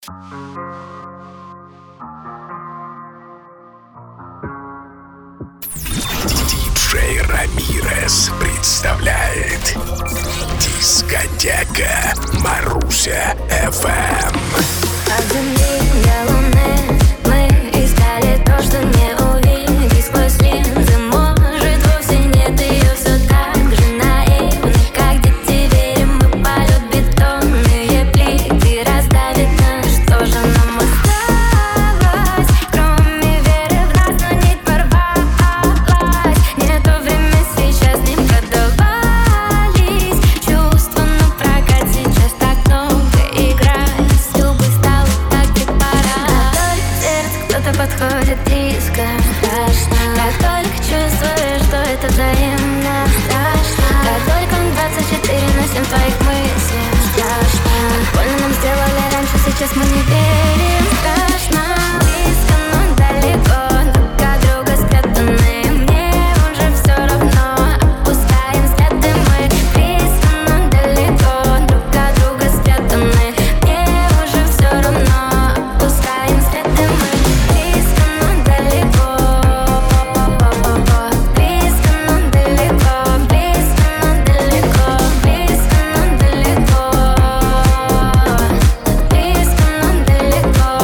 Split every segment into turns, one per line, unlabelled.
Диджей Рамирес представляет дискотека Маруся FM.
От земли до луны мы искали то, что не увидеть сквозь линзы. Может, вовсе нет ее, все так же наивно. Как дети верим мы, полет бетонные плиты раздавит нас. Что же нам осталось, кроме веры в нас? Но нить порвалась, нету времени сейчас, не продавались чувства на прокат. Сейчас так много играет, с любой стал так и пора. Как только сердце кто-то подходит близко, страшно. Как только чувствуешь, что это взаимно, страшно. Как только 24/7 твоих мыслей, страшно. Больно нам сделали раньше, сейчас мы не верим, страшно. Близко, но далеко, друг от друга спрятаны. Мне уже все равно, опускаем взгляды мы. Близко, но далеко, друг от друга спрятаны. Мне уже все равно, опускаем взгляды мы. Близко, но далеко, близко, но далеко, близко, но далеко, близко, но далеко, близко, но далеко.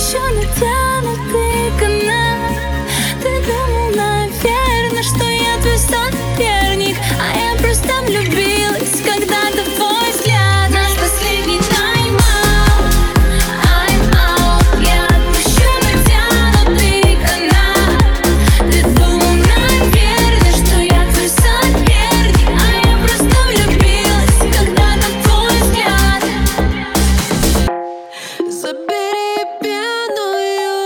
еще натянутый канат. Ты думал, наверное, что я твой соперник, а я просто влюбилась когда-то в твой взгляд. Наш последний тайм-аут, I'm out. Я отпущу натянутый канат. Ты думал, наверное, что я твой соперник, а я просто влюбилась когда-то в твой взгляд. Забери пьяную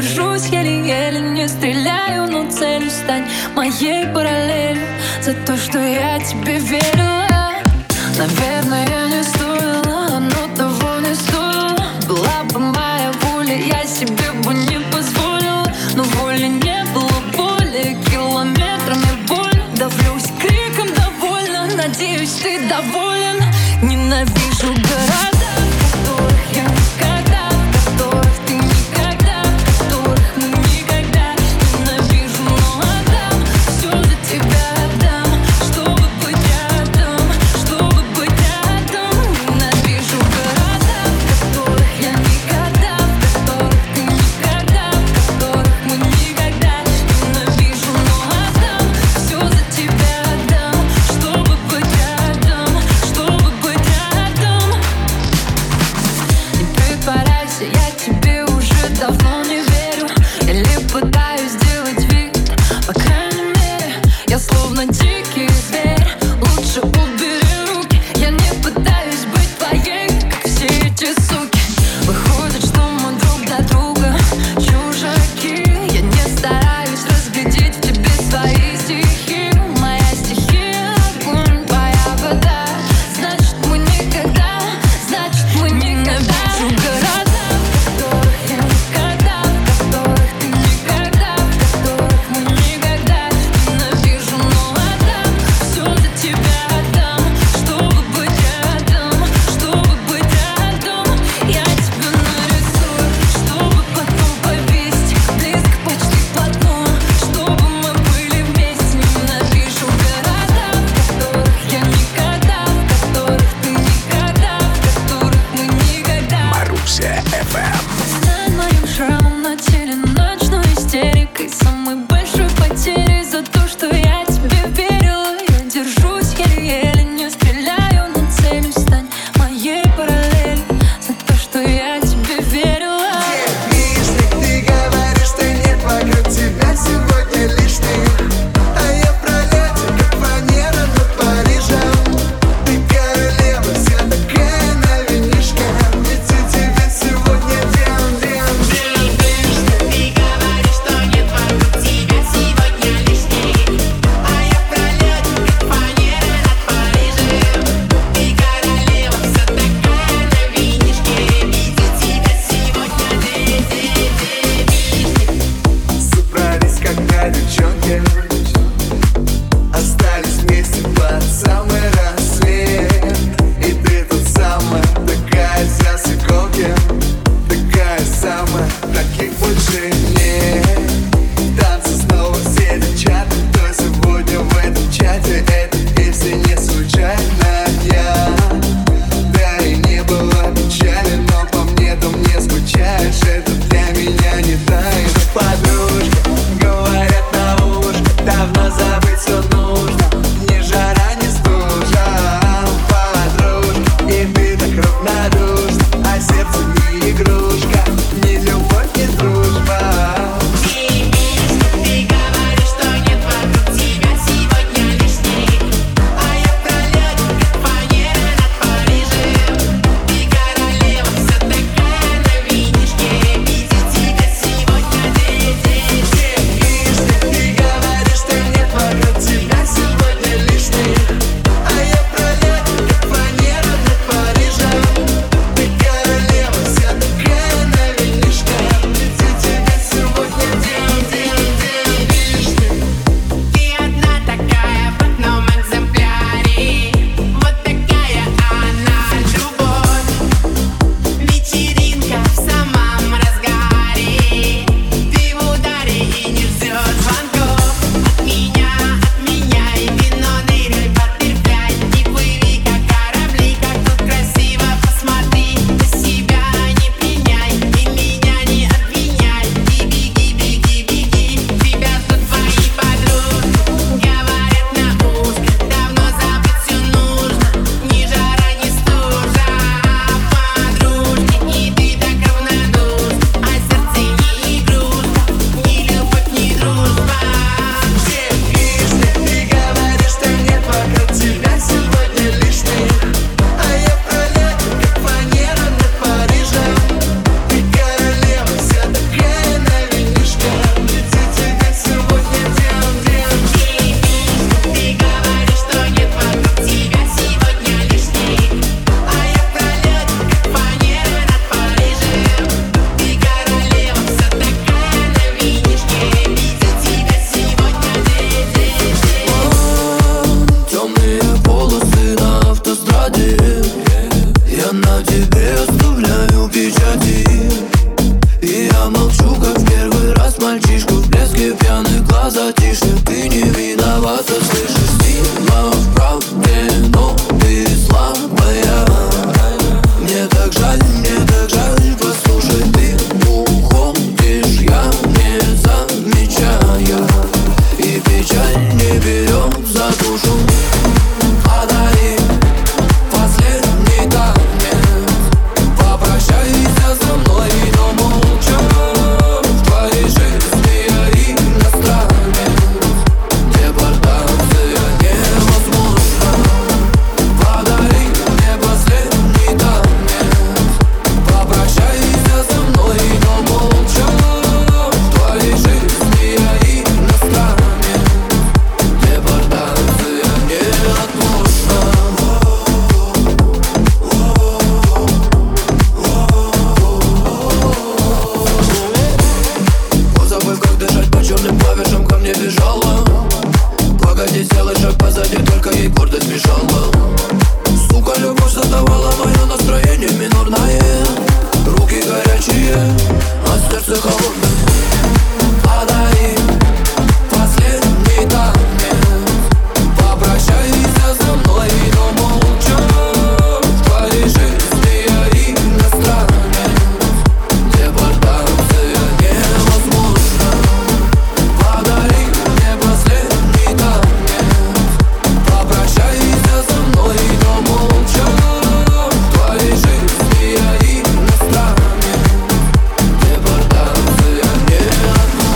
держусь еле-еле, не стреляю, но целью стань моей параллелью. За то, что я тебе верила. Наверное, не стоило, но того не стоило. Была бы моя воля, я себе бы не позволила. Но воли не было, боли километрами боль. Давлюсь криком довольно, надеюсь, ты доволен. Ненавижу города, в которых я никогда, в которых ты никогда, в которых мы никогда. Ненавижу, но отдам, все за тебя отдам, чтобы быть рядом, чтобы быть рядом. Ненавижу города, в которых я никогда, в которых ты никогда, в которых мы никогда. Ненавижу, но отдам, все за тебя отдам, чтобы быть рядом, чтобы быть рядом. Не притворяйся, я тебе уже давно не верю. Или пытаюсь сделать вид, по крайней мере, я словно дикий зверь. Лучше убери руки, я не пытаюсь быть твоей, как все эти суки. Выходит, что мы друг для друга чужаки. Я не стараюсь разглядеть в тебе свои стихи. Моя стихия — огонь, твоя вода. Значит, мы никогда, значит, мы никогда. Города, в которых я никогда, в которых ты никогда, в которых мы никогда. Ненавижу, но отдам, все за тебя отдам, чтобы быть рядом, чтобы быть рядом. Я тебя нарисую, чтобы потом повесить близко, почти плотно, чтобы мы были вместе. Ненавижу города, в которых я никогда, в которых ты никогда, в которых мы никогда.
Маруся FM.
Стань моим шрамом на теле, ночной истерикой, самой большой потерей за то, что я тебе верила. Я держусь еле-еле, не стреляю, но целью стань моей параллелью. За то, что я тебе верила.
Если ты говоришь, что нет вокруг тебя сегодня лишних, а я в пролете, как фанера над Парижем. Ты королева, вся такая на винишке, ведь у тебя сегодня дрям-дрям.
Ты говоришь, что нет вокруг тебя сегодня лишних, а я в пролете, как фанера над Парижем. Ты королева, вся такая на винишке, ведь у тебя сегодня
Собрались, когда девчонки остались вместе под самый рассвет. И ты тут самая, такая вся с иголки, такая самая, таких больше нет. Танцы снова все девчата, кто сегодня в этом чате. Эта песня не случайная. Да и не было печали, но по мне там не скучаешь. Это для меня не тайна. Подружка, говорят на ушко,
Твои пьяные глаза тише, ты не виновата, слышишь? Сила в правде, но ты слабая. Мне так жаль, послушай, ты уходишь, я не замечаю. И печаль не берет за душу. Подари последний танец, попрощайся со мной, но молча. В твоей жизни я иностранец, депортация невозможна. Подари мне последний танец, попрощайся со мной, но молча. В твоей жизни я иностранец, депортация невозможна. Позабыв, как дышать по черным клавишам, ко мне бежала. Погоди, сделай шаг позади, только ей гордость мешала. Сука, любовь создавала мое настроение минорное. Руки горячие, а сердце холодное. Подари последний танец, попрощайся со мной, но молча. В твоей жизни я иностранец, депортация невозможна. Подари мне последний танец, попрощайся со мной, но молча. В твоей жизни я иностранец, депортация невозможна.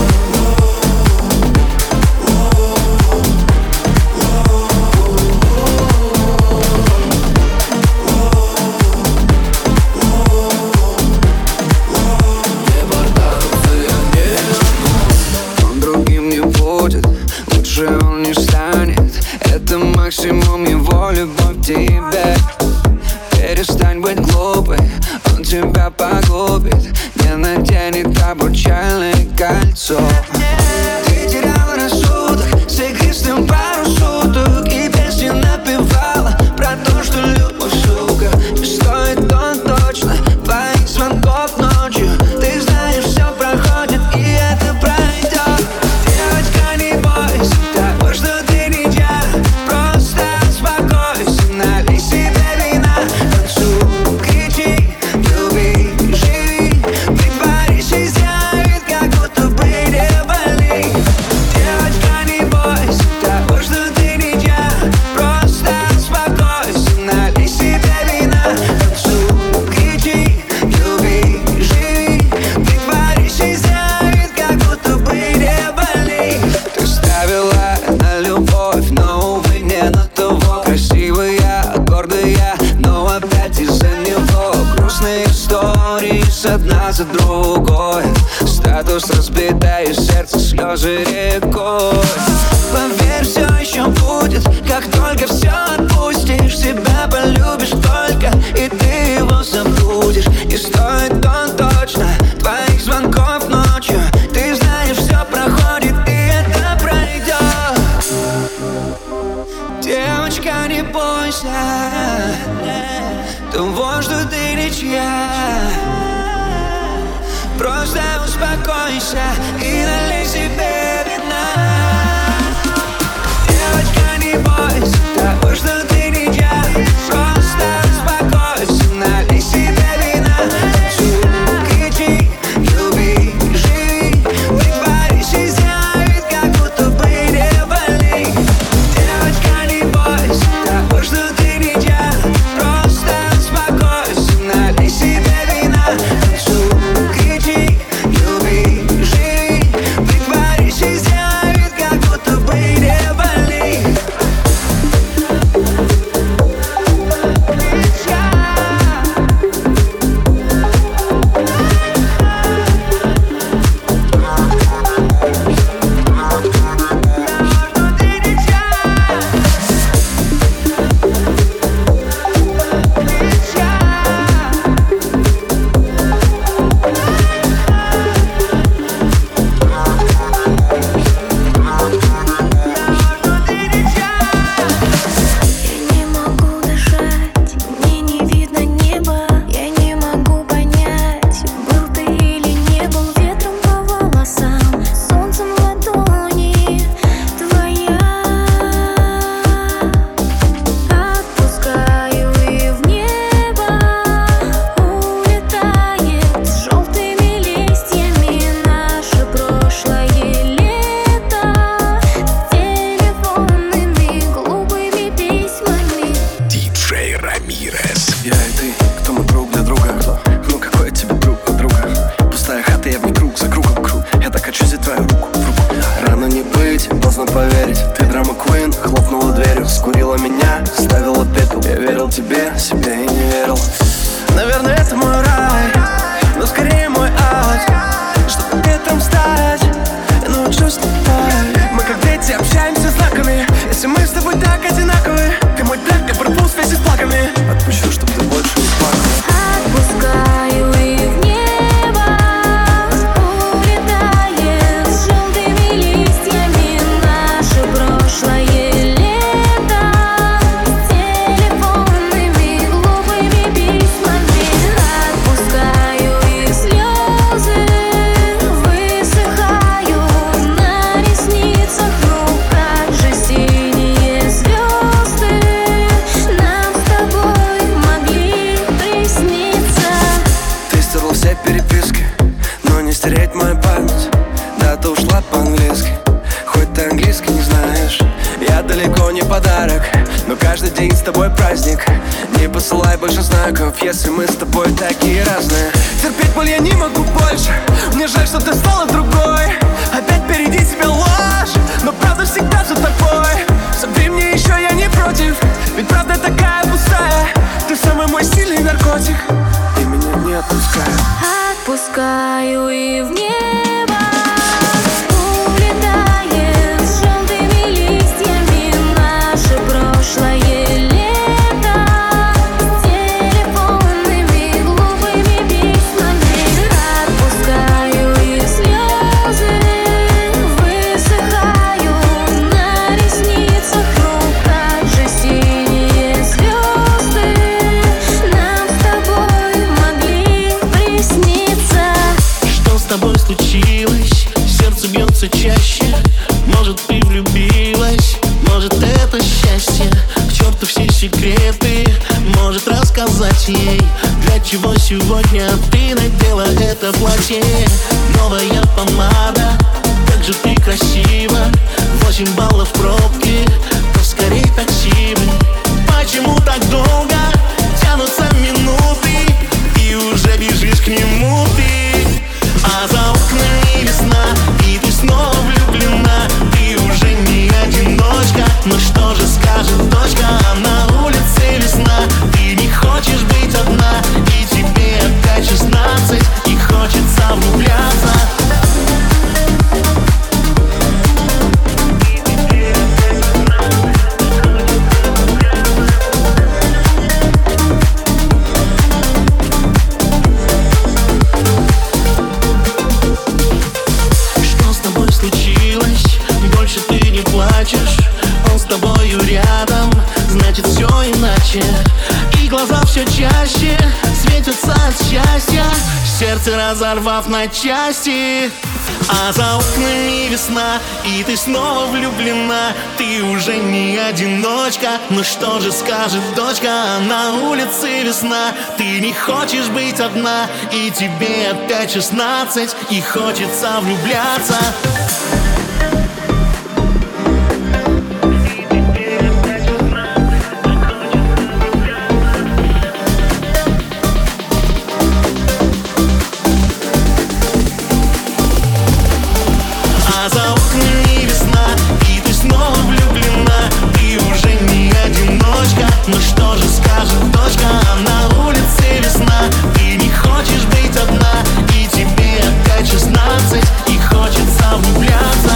Он другим не будет, лучше он не станет. Это максимум его любовь к тебе. Перестань быть глупой, он тебя погубит. Не наденет обручальное кольцо. Ты теряла рассудок с игристым пару суток и песни напевала про то, что любовь, сука, не стоит он точно твоих звонков ночью. Ты знаешь, все проходит и это пройдет. Девочка, не бойся того, что ты не я. Просто успокойся, налей себе вина. Танцуй, кричи, люби, живи. Притворись и сделай вид, как будто бы не болит. Девочка, не бойся того, что ты не я. Просто успокойся, налей себе вина. Танцуй, кричи, люби, живи. Притворись и сделай вид, как будто бы не болит. Ты ставила на любовь, но, увы, не на того. Красивая, гордая, но опять из-за него. Грустные истории с одна за другой. Статус разбитое сердце, слезы рекой. Поверь, все еще будет, как только все отпустишь. Себя полюбишь только, и ты его забудешь. Не стоит он точно твоих звонков ночью. Ты знаешь, все проходит и это пройдет. Девочка, не бойся того, что ты ничья. Просто успокойся и налей себе вина. Девочка, не бойся того, что ты не я. Просто успокойся, налей себе вина. Танцуй, кричи, люби, живи. Притворись и сделай вид, как будто бы не болит. Девочка, не бойся того, что ты не я. Просто успокойся, налей себе вина. Танцуй, кричи, люби, живи. мне подарок, но каждый день с тобой праздник. Не посылай больше знаков, если мы с тобой такие разные. Терпеть боль я не могу больше, мне жаль, что ты стала другой. Опять впереди тебя ложь, но правда всегда за тобой. Забей мне еще, я не против, ведь правда такая пустая. Ты самый мой сильный наркотик, и меня не отпускай.
Отпускаю и в небо улетает с желтыми листьями наше прошлое лето, с телефонными глупыми письмами. Отпускаю и слезы высыхают на ресницах рук, как же синие звезды нам с тобой могли присниться.
Что с тобой случилось? Сердце бьется чаще. Может, ты влюбилась? Может, это счастье? К черту все секреты. Может, рассказать ей, для чего сегодня ты надела это платье? Новая помада, как же ты красива. 8 баллов пробки, поскорей такси. Почему так долго тянутся минуты, и уже бежишь к нему ты? А за окнами весна, и ты снова влюблена. Ты уже не одиночка, но что же скажет дочка? А на улице весна, ты не хочешь быть одна, и тебе опять 16, и хочется влюбляться. Больше ты не плачешь, он с тобою рядом, значит все иначе. И глаза все чаще светятся от счастья, сердце разорвав на части. А за окнами весна, и ты снова влюблена. Ты уже не одиночка, но что же скажет дочка? А на улице весна, ты не хочешь быть одна, и тебе опять 16, и хочется влюбляться. Ну что же скажет дочка? А на улице весна, ты не хочешь быть одна, и тебе опять 16, и хочется влюбляться.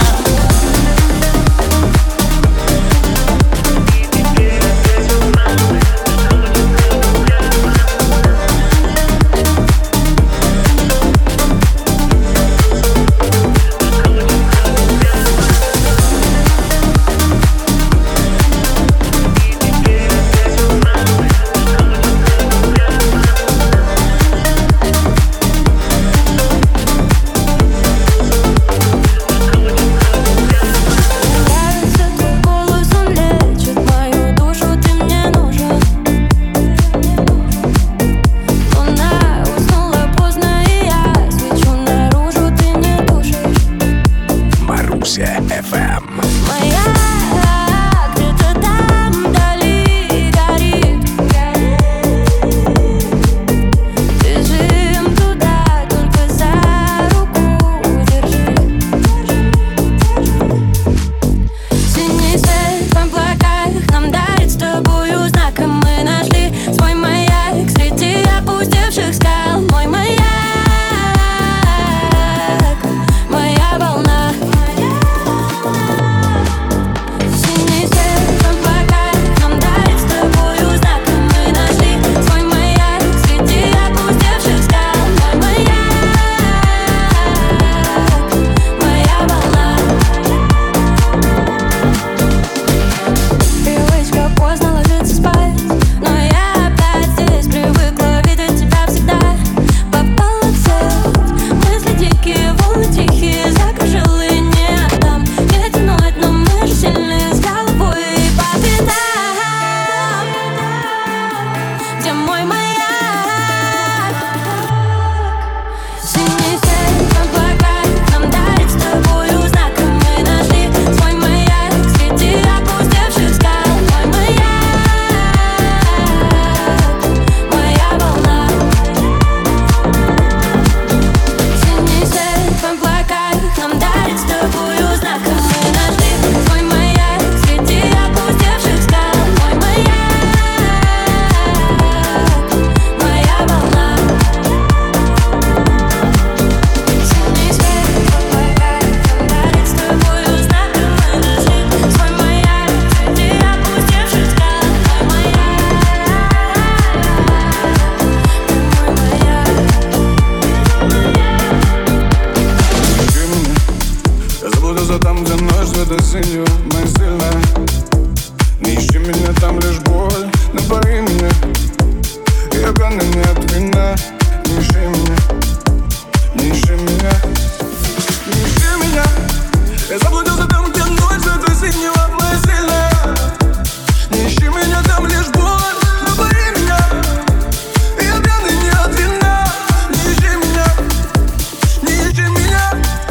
там, где ночь светосинью, моя сильная. Не ищи меня, там лишь боль, но пори меня. Я пьяный, нет вина. Не ищи меня, не ищи меня, не ищи меня. Я заблудился там, где ночь светосинего, моя сильная. Не ищи меня, там лишь боль, но пори меня. Я пьяный, нет вина. Не ищи меня, не ищи меня.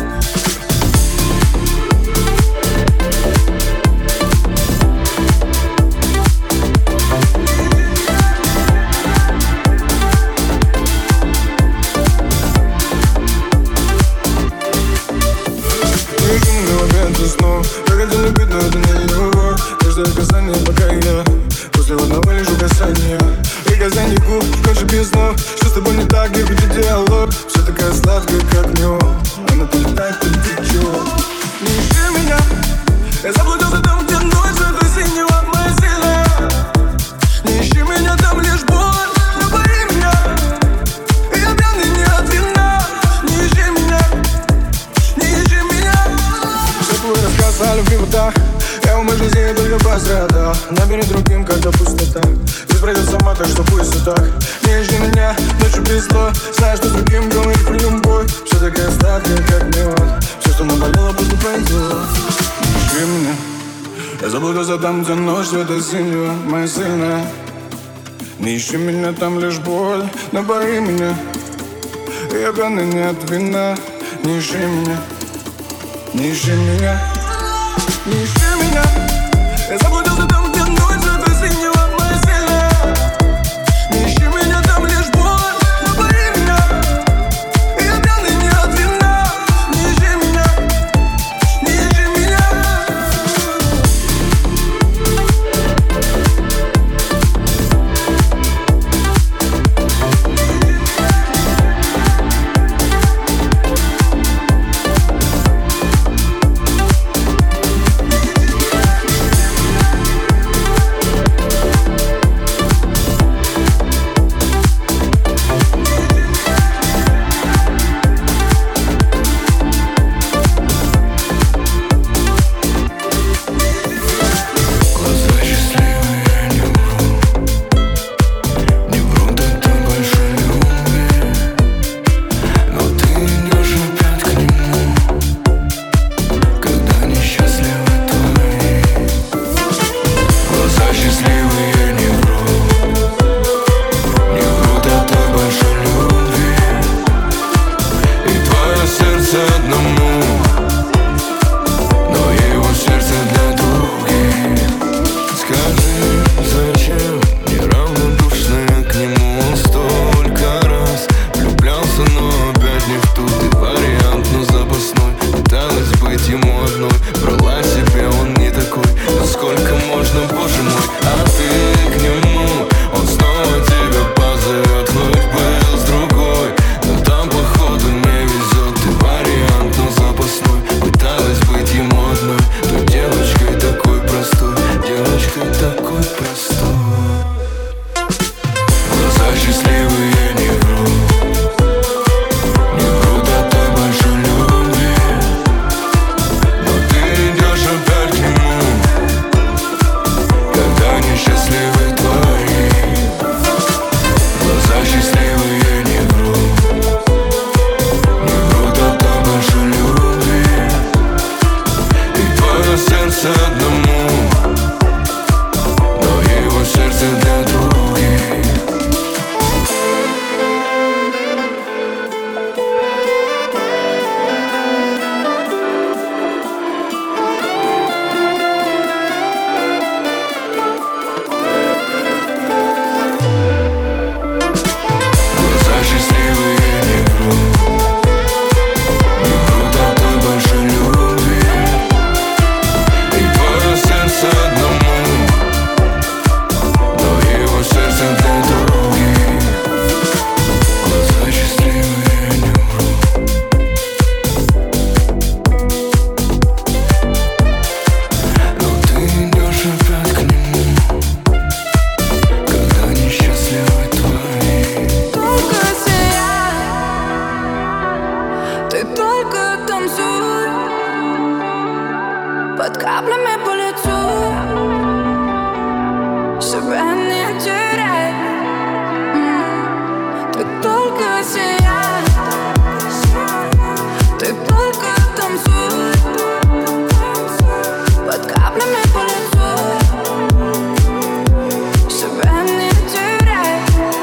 Я хотел любить, но это не любовь. Каждое касание, пока я после одного лежу касания. И касание губ, ночью без снов. Что с тобой не так, я хочу диалог. Все такая сладкая, как мед. Она полетает, ты течет. Не ищи меня. Я заблудился там, где ночь светосинего, моя сильная. Не ищи меня, там лишь боль, но пори меня. Я пьяный, нет вина. Не ищи меня, не ищи меня. Все твой рассказ о любви вот так. Я в моей жизни только пострадал. Набери другим, когда пустота. Здесь пройдет сама, так что пусть все так. Не ищи меня, ночью без слов. Знаешь, что с другим говорит при любовь. Все такая сладкая, как мед. Все, что наболело, просто пройдет. Не ищи меня. Я заблудился там, где ночь светосинего, моя сильная. Не ищи меня, там лишь боль, но пори меня. Я пьяный, нет вина. Не ищи меня, не ищи меня, не ищи меня. Я заблудился там, где ночь светосинего, моя сильная. Не ищи меня, там лишь боль, но пори меня. Я пьяный, нет вина. Не ищи меня, не ищи меня.
под каплями по лицу. Себя не теряй, ты только сияй, ты только танцуй под каплями по лицу. Себя не теряй.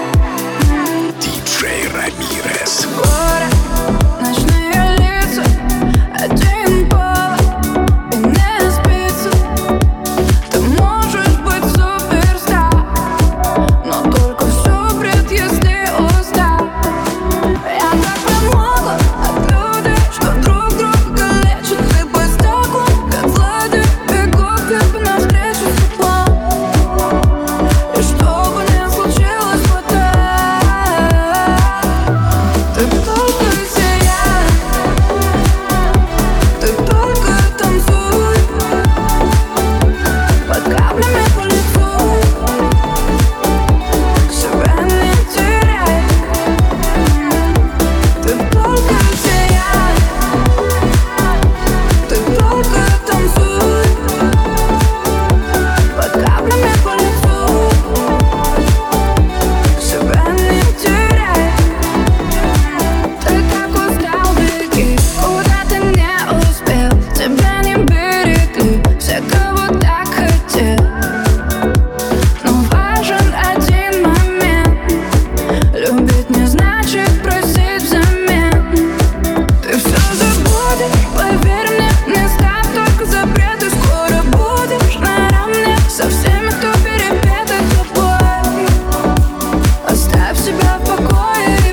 Диджей Рамирес.
Город, ночные лица, один повод и не спится. Ты можешь быть суперстар, но только супрет, если устал. Я так промокла от людей, что друг друга лечат. И по стеклу, как злодей, бегу к тебе навстречу с теплом. И что бы ни случилось потом, ты только сияй, ты только танцуй под каплями по лицу. Себя не теряй, ты только сияй, ты только танцуй под каплями по лицу. Себя не теряй. Ты так устал, беги, куда ты не успел. Тебя не берегли все, кого так хотел. Но важен один момент: любить не значит просить взамен. Ты все забудешь, поверь мне, не ставь только запреты. Скоро будешь наравне со всеми, кто перепетый тобой. Оставь себя в покое и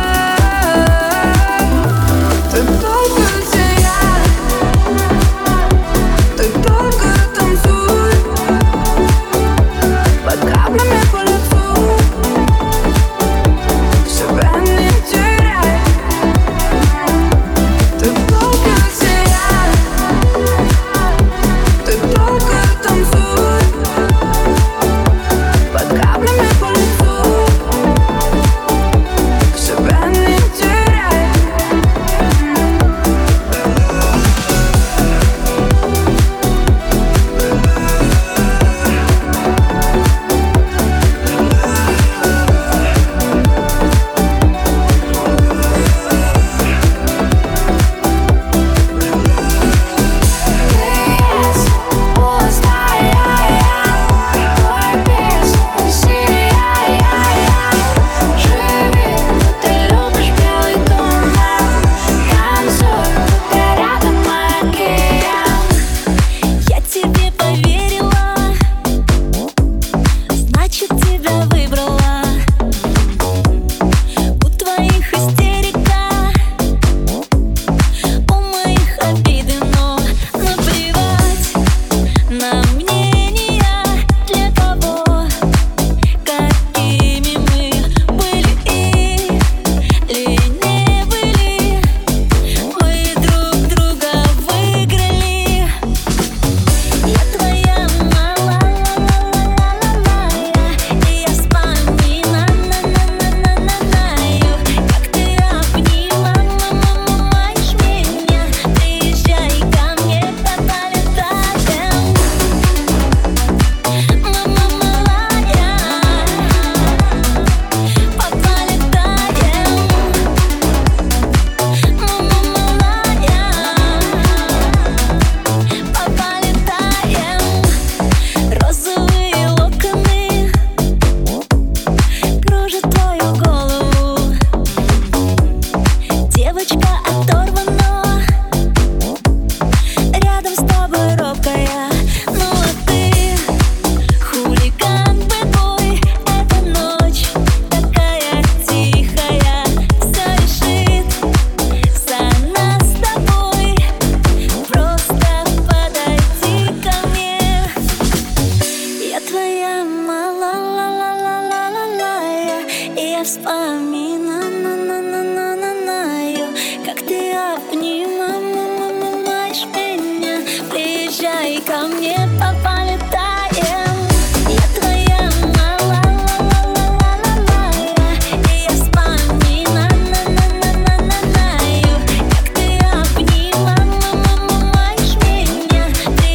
пой. Ты только сияй, ты только танцуй под каплями по лицу. Себя не теряй, ты только сияй, ты только танцуй под каплями по лицу. Себя не теряй.
Я тебе поверила, значит тебя выбрала. У твоих истерика, у моих обиды, но наплевать на мнения, для кого, какими мы были или не были. Мы друг друга выиграли. Я твоя мала-ла-ла-ла-ла-ла-ла, и я вспоминаю, как ты обнимаешь меня. Приезжай ко мне, полетаем, мама малая, полетаем, мама малая, полетаем. Розовые локоны кружат твою голову. Девочка оторвана, рядом с тобой робкая. Ну а ты хулиган, бэдбой. Эта ночь такая тихая, все решит за нас с тобой. Просто подойди ко мне. Я твоя мала-ла-ла-ла-ла-ла-ла, и я вспоминаю, как ты обнимаешь меня. Приезжай ко мне, полетаем. Я твоя мала-ла-ла-ла-ла-ла, и я вспоминаю, как ты обнимаешь меня.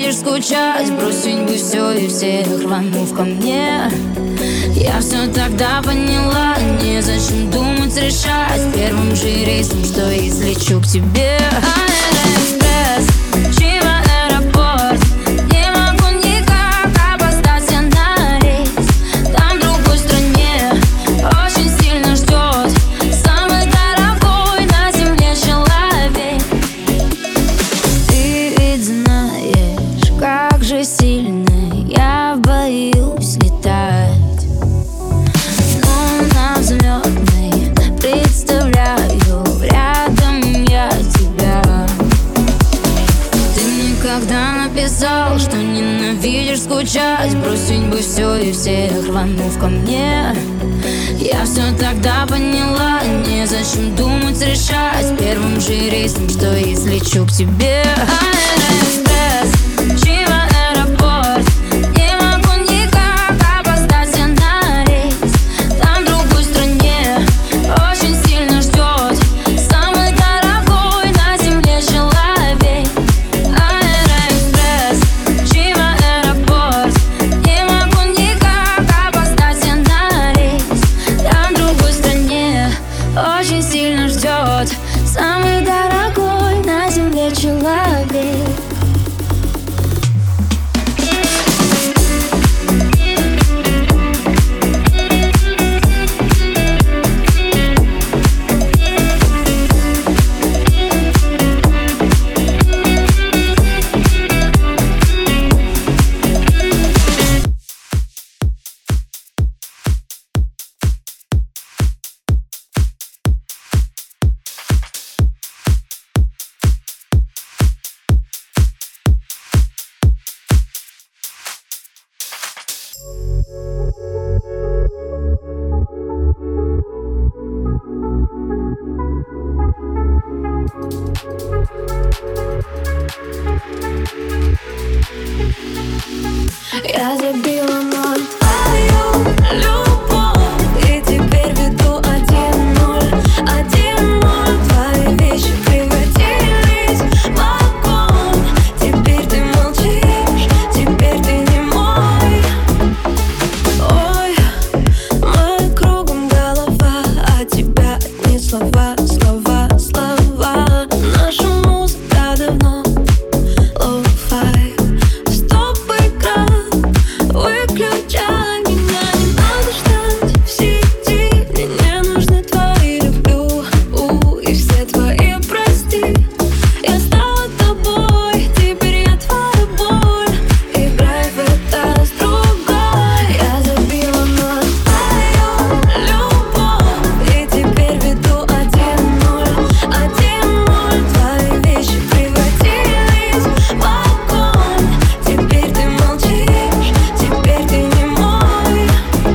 ненавидишь скучать, бросить бы все и всех, рванув ко мне. Я все тогда поняла, незачем думать, решать первым же рейсом, что если лечу к тебе. Аэроэкспресс, Чима, аэропорт. Не могу никак опоздать я на рейс. Там в другой стране очень сильно ждет самый дорогой на земле человек. Ты ведь знаешь, как же сильно я боюсь летать. Но на взлетной представляю рядом я тебя. Ты мне когда написал, что ненавидишь скучать, бросить бы все и всех, рванув ко мне. Я все тогда поняла, незачем думать, решать первым же рейсом, что если лечу к тебе. Аэроэкспресс, Чима, аэропорт. Не могу никак опоздать я на рейс. Там в другой стране очень сильно ждет самый дорогой на земле человек. Аэроэкспресс, Чима, аэропорт. Не могу никак опоздать я на рейс. Там в другой стране очень сильно ждет самый дорогой на земле человек. Я забила ноль твою любовь и теперь веду 1-0, 1-0. Твои вещи превратились в огонь. Теперь ты молчишь, теперь ты не мой. Ой, мы кругом голова, а тебя одни слова, слова, слова. Наша музыка давно лоу-фай. Выключай меня, не надо ждать в сети. Мне не нужны твои люблю и все твои прости. Я стала тобой, теперь я твоя боль. Играй в это с другой. Я забила на твою любовь и теперь веду 1-0, 1-0. Твои вещи превратились в огонь. Теперь ты молчишь, теперь ты не мой.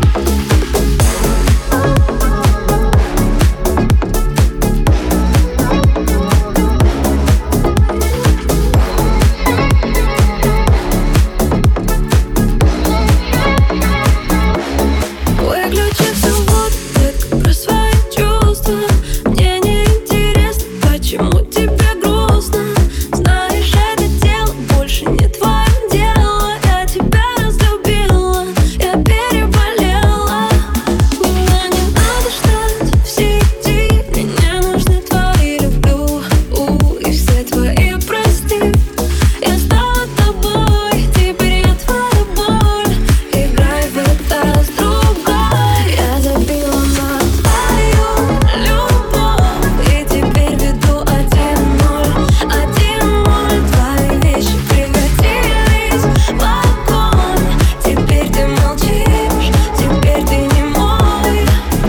Выключи все вот так про свои чувства. Мне не интересно, почему тебе грустно. Знаешь, это дело больше не твое дело. Я тебя разлюбила, я переболела. Меня не надо ждать в сети. Мне не нужны твои люблю и все твои прости. Я стала тобой, теперь я твоя боль. Играй в это с другой. Я забила на твою любовь и теперь веду 1-0, 1-0. Твои вещи превратились в огонь. Теперь ты молчишь, теперь ты не мой.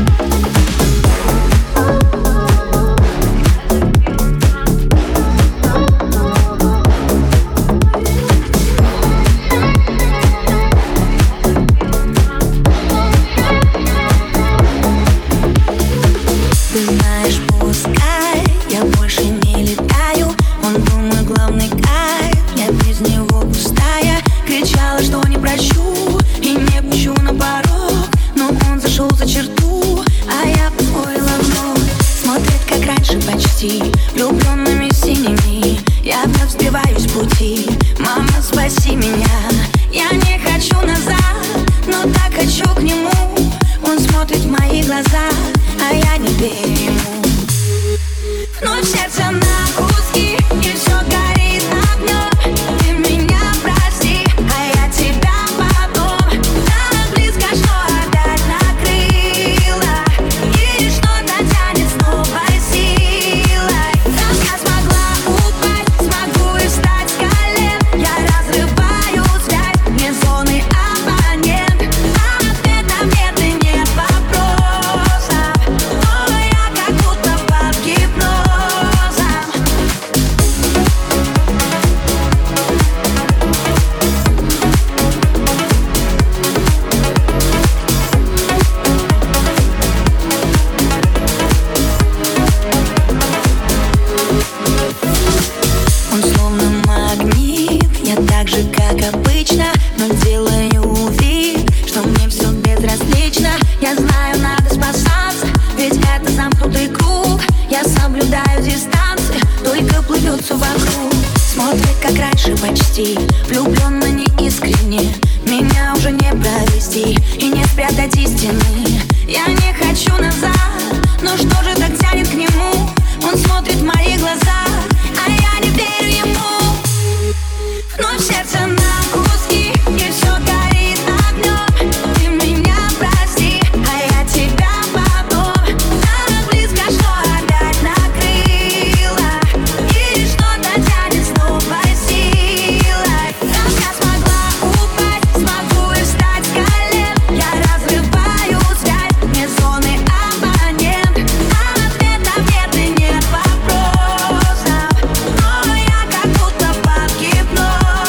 Ты знаешь, пускай я больше не летаю. Он был мой главный кайф, я без него пустая. Кричала, что не прощу и не пущу на порог, но он зашел за черту, а я позволила вновь. Смотрит, как раньше почти, влюбленными синими. Я вновь сбиваюсь с пути. Мама
спаси меня. Я не хочу назад, но так хочу к нему. Он смотрит в мои глаза, а я не верю ему. Вновь сердце на куски, и все горит огнем. Ты меня прости, а я тебя потом. Так близко, что опять накрыло, и что-то тянет с новой силой. Раз я смогла упасть, смогу и встать с колен. Я разрываю связь, мне зоны абонент. А ответа нет и нет вопросов. Но я как будто под гипнозом. Он словно магнит, я так же, как обычно, но делаю вид, что мне все безразлично. Я знаю, надо спасаться, ведь это замкнутый круг. Я соблюдаю дистанции, только плывет все вокруг. Смотрит, как раньше почти, влюбленно неискренне. Меня уже не провести и не спрятать истины. Я не хочу назад, но что же так тянет к нему? Он смотрит в мои глаза, а я не верю ему. Вновь сердце на куски, и все горит огнем. Ты меня прости, а я тебя потом. Так близко, что опять накрыло, и что-то тянет с новой силой. Раз я смогла упасть, смогу и встать с колен. Я разрываю связь, мне зоны абонент. А ответов нет и нет вопросов. Но я как будто под гипнозом.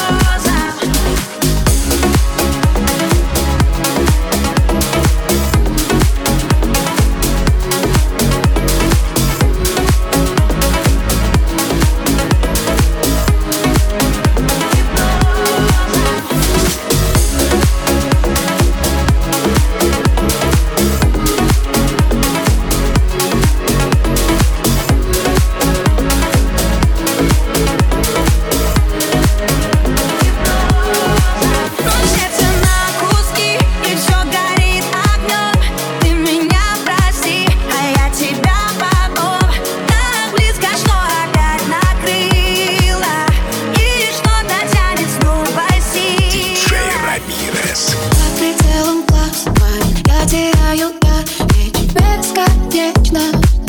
Сердце на куски, и все горит огнем. Ты меня прости, а я тебя потом. Так близко, что опять накрыло, и что-то тянет с новой силой.
Диджей Рамирес.
Под прицелом глаз твоих я теряю речь бесконечно.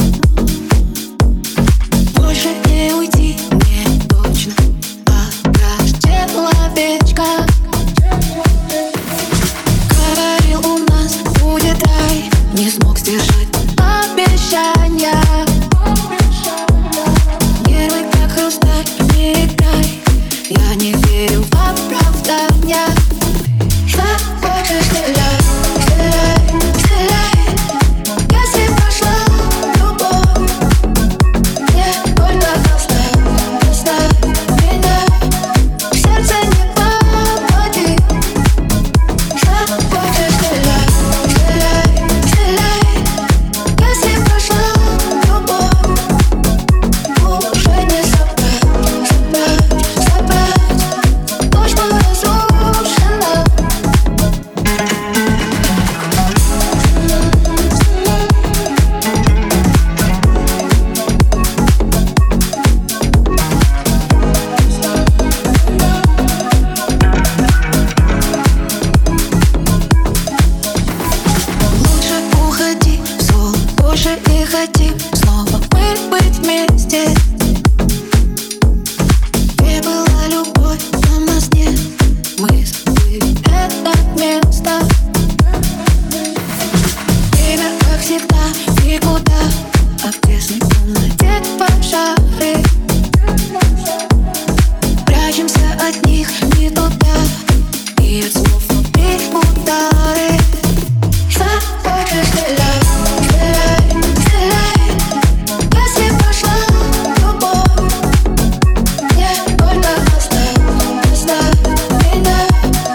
Больше не уйти мне точно, как человечка. Говорил, у нас будет рай, не смог сдержать обещания. Нервы как хрусталь, не играй, я не верю в оправдания. Хочешь, стреляй, стреляй, стреляй. Если прошла любовь, мне только оставь меня. В сердце не попади. Хочешь, стреляй, стреляй, стреляй. Если прошла любовь, уже не собрать то, что разрушено. Лучше уходи, сон, больше не хотим снова мы быть вместе. Где была любовь, там нас нет. Мы забыли это место. Время, как всегда, никуда, а в тесной комнате пожары. Прячемся от них не туда, и от слов внутри удары. Хочешь, стреляй, стреляй, стреляй. Если прошла любовь, мне только оставь меня.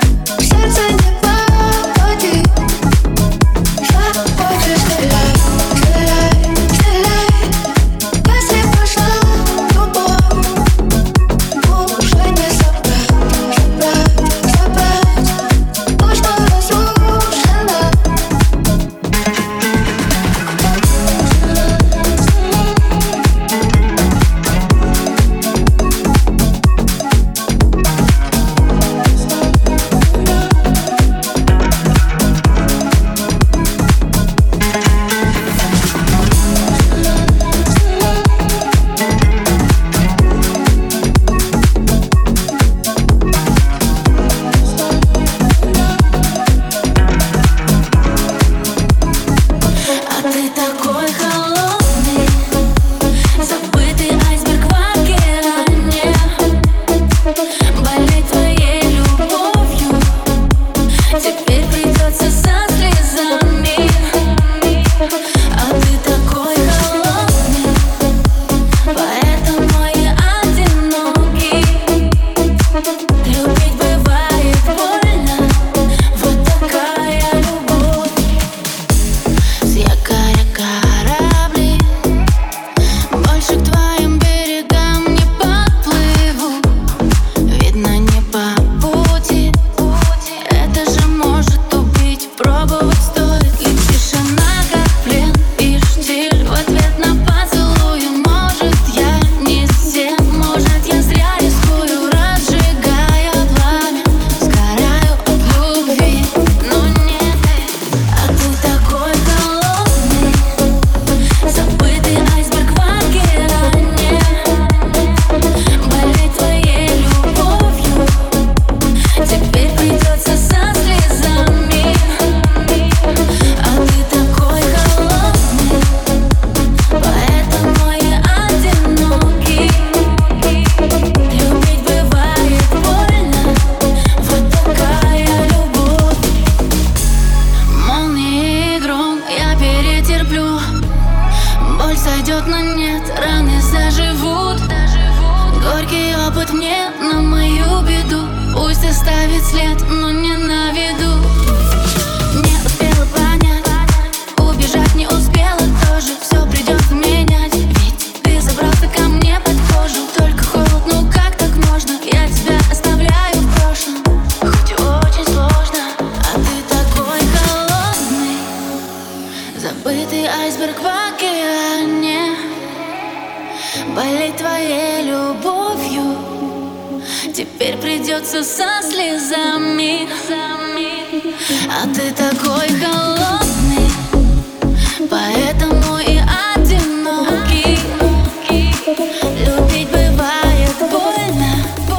оставить след, но не на виду. Не успела понять, убежать не успела тоже. Все придется менять, ведь ты забрался ко мне под кожу. Только холод, ну как так можно? Я тебя оставляю в прошлом, хоть и очень сложно. А ты такой холодный, забытый айсберг в океане. Болеть твоей любовью теперь придется со слезами. А ты такой холодный, поэтому и одинокий. Любить бывает больно,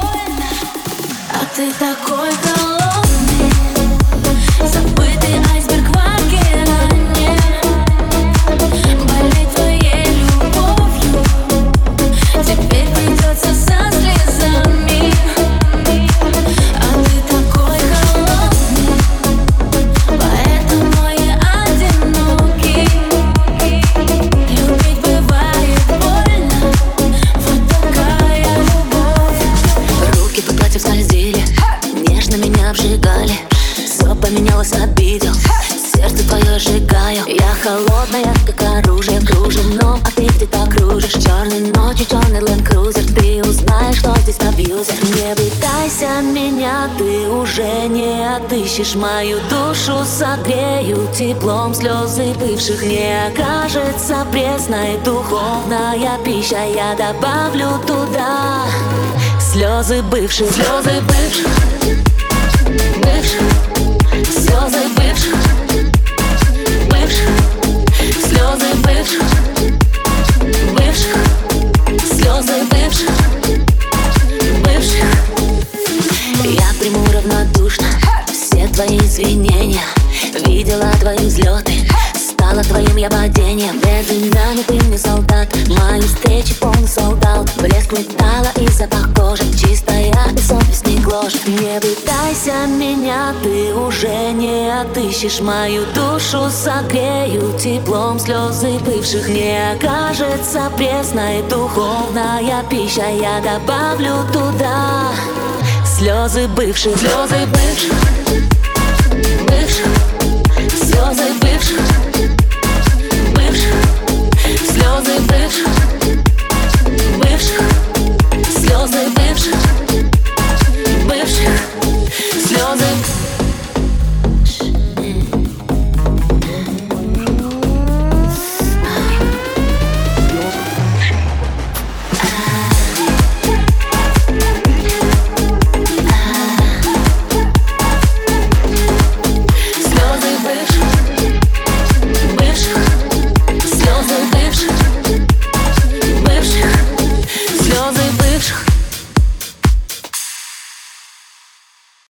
а ты такой холодный, забытый айсберг в океане. Болеть твоей любовью теперь придется со слезами. А ты такой холодный, поэтому и одинокий. Любить бывает больно, вот такая любовь. Руки по платью скользили, нежно меня обжигали. Все поменялось, обидел, сердце твое сжигаю. Я холодная, как оружие, кружевном, а ты где-то кружишь. Черной ночью, черный Land Cruiser, ты узнаешь, что здесь абьюзер. Не пытайся меня, ты уже не отыщешь. Мою душу согрею теплом, слезы бывших не окажется пресной. Духовная пища, я добавлю туда слезы бывших, слезы бывших, бывших, слезы бывших, бывших, слезы бывших, бывших, слезы бывших, бывших. Я приму равнодушно все твои извинения. Видела твои взлеты, стала твоим я падением. Без имени ты не солдат, мои встречи полный солдат. Блеск металла и запах кожи, чистая и совесть не гложет. Не пытайся меня, ты уже не отыщешь. Мою душу согрею теплом, слезы бывших не окажется пресной. Духовная пища, я добавлю туда слезы бывших, слезы бывших, бывших, слезы бывших, бывших, слезы бывших.